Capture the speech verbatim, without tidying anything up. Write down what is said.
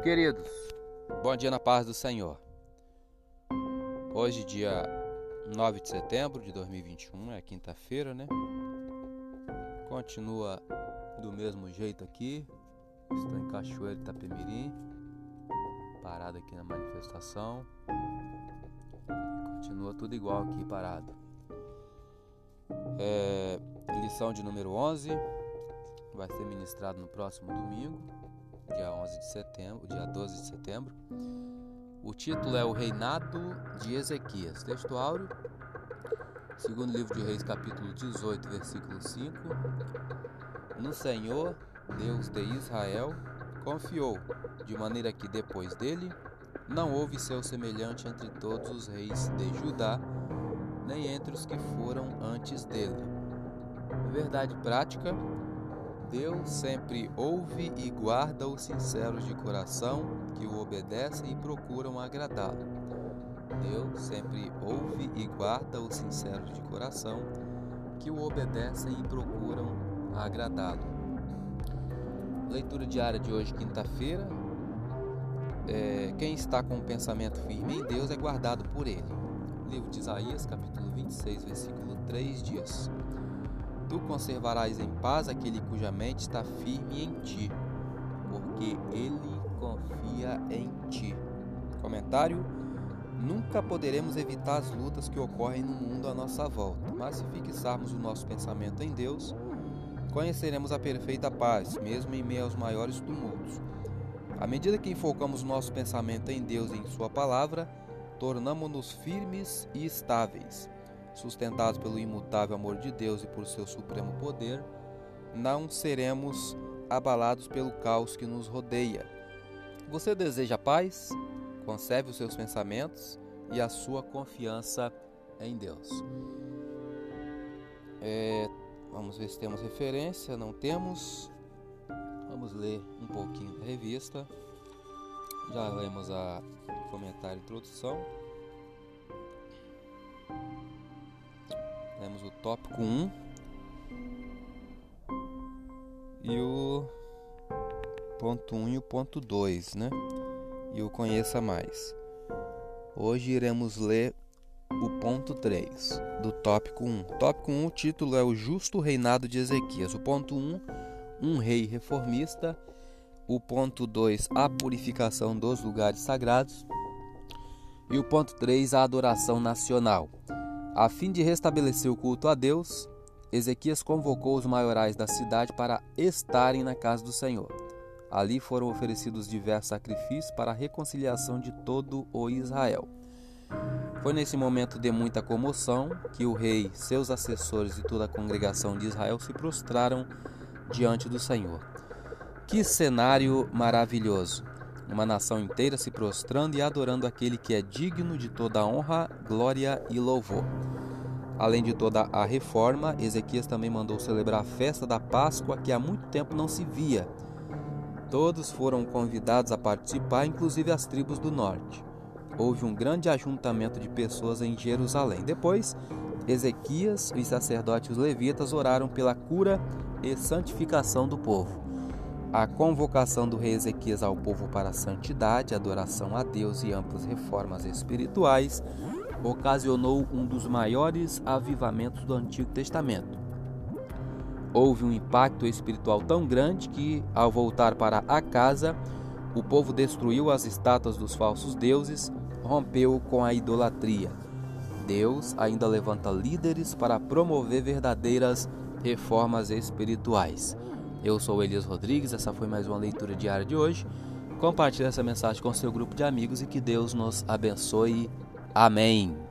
Queridos, bom dia na paz do Senhor. Hoje, dia nove de setembro de dois mil e vinte e um, é quinta-feira, né? Continua do mesmo jeito aqui. Estou em Cachoeiro de Itapemirim, parado aqui na manifestação. Continua tudo igual aqui, parado. É, lição de número onze vai ser ministrado no próximo domingo, dia onze de setembro, dia doze de setembro. O título é O Reinado de Ezequias. Texto áureo, segundo livro de Reis, capítulo dezoito, versículo cinco. No Senhor, Deus de Israel, confiou, de maneira que depois dele não houve seu semelhante entre todos os reis de Judá, nem entre os que foram antes dele. Verdade prática: Deus sempre ouve e guarda os sinceros de coração, que o obedecem e procuram agradá-lo. Deus sempre ouve e guarda os sinceros de coração, que o obedecem e procuram agradá-lo. Leitura diária de hoje, quinta-feira. É, quem está com o pensamento firme em Deus é guardado por ele. Livro de Isaías, capítulo vinte e seis, versículo três diz: Tu conservarás em paz aquele cuja mente está firme em ti, porque ele confia em ti. Comentário: nunca poderemos evitar as lutas que ocorrem no mundo à nossa volta, mas se fixarmos o nosso pensamento em Deus, conheceremos a perfeita paz, mesmo em meio aos maiores tumultos. À medida que enfocamos o nosso pensamento em Deus e em Sua palavra, tornamo-nos firmes e estáveis. Sustentados pelo imutável amor de Deus e por seu supremo poder, não seremos abalados pelo caos que nos rodeia. Você deseja paz? Conserve os seus pensamentos e a sua confiança em Deus. É, vamos ver se temos referência. Não temos. Vamos ler um pouquinho da revista. Já lemos a comentário e introdução. Temos o tópico um e o ponto um e o ponto dois, né? E o conheça mais. Hoje iremos ler o ponto três do tópico um. Tópico um, o título é O Justo Reinado de Ezequias. O ponto um, um rei reformista. O ponto dois, a purificação dos lugares sagrados. E o ponto três, a adoração nacional. A fim de restabelecer o culto a Deus, Ezequias convocou os maiorais da cidade para estarem na casa do Senhor. Ali foram oferecidos diversos sacrifícios para a reconciliação de todo o Israel. Foi nesse momento de muita comoção que o rei, seus assessores e toda a congregação de Israel se prostraram diante do Senhor. Que cenário maravilhoso! Uma nação inteira se prostrando e adorando aquele que é digno de toda a honra, glória e louvor. Além de toda a reforma, Ezequias também mandou celebrar a festa da Páscoa, que há muito tempo não se via. Todos foram convidados a participar, inclusive as tribos do norte. Houve um grande ajuntamento de pessoas em Jerusalém. Depois, Ezequias, os sacerdotes e os levitas oraram pela cura e santificação do povo. A convocação do rei Ezequias ao povo para a santidade, adoração a Deus e amplas reformas espirituais ocasionou um dos maiores avivamentos do Antigo Testamento. Houve um impacto espiritual tão grande que, ao voltar para a casa, o povo destruiu as estátuas dos falsos deuses, rompeu com a idolatria. Deus ainda levanta líderes para promover verdadeiras reformas espirituais. Eu sou Elias Rodrigues, essa foi mais uma leitura diária de hoje. Compartilhe essa mensagem com seu grupo de amigos e que Deus nos abençoe. Amém.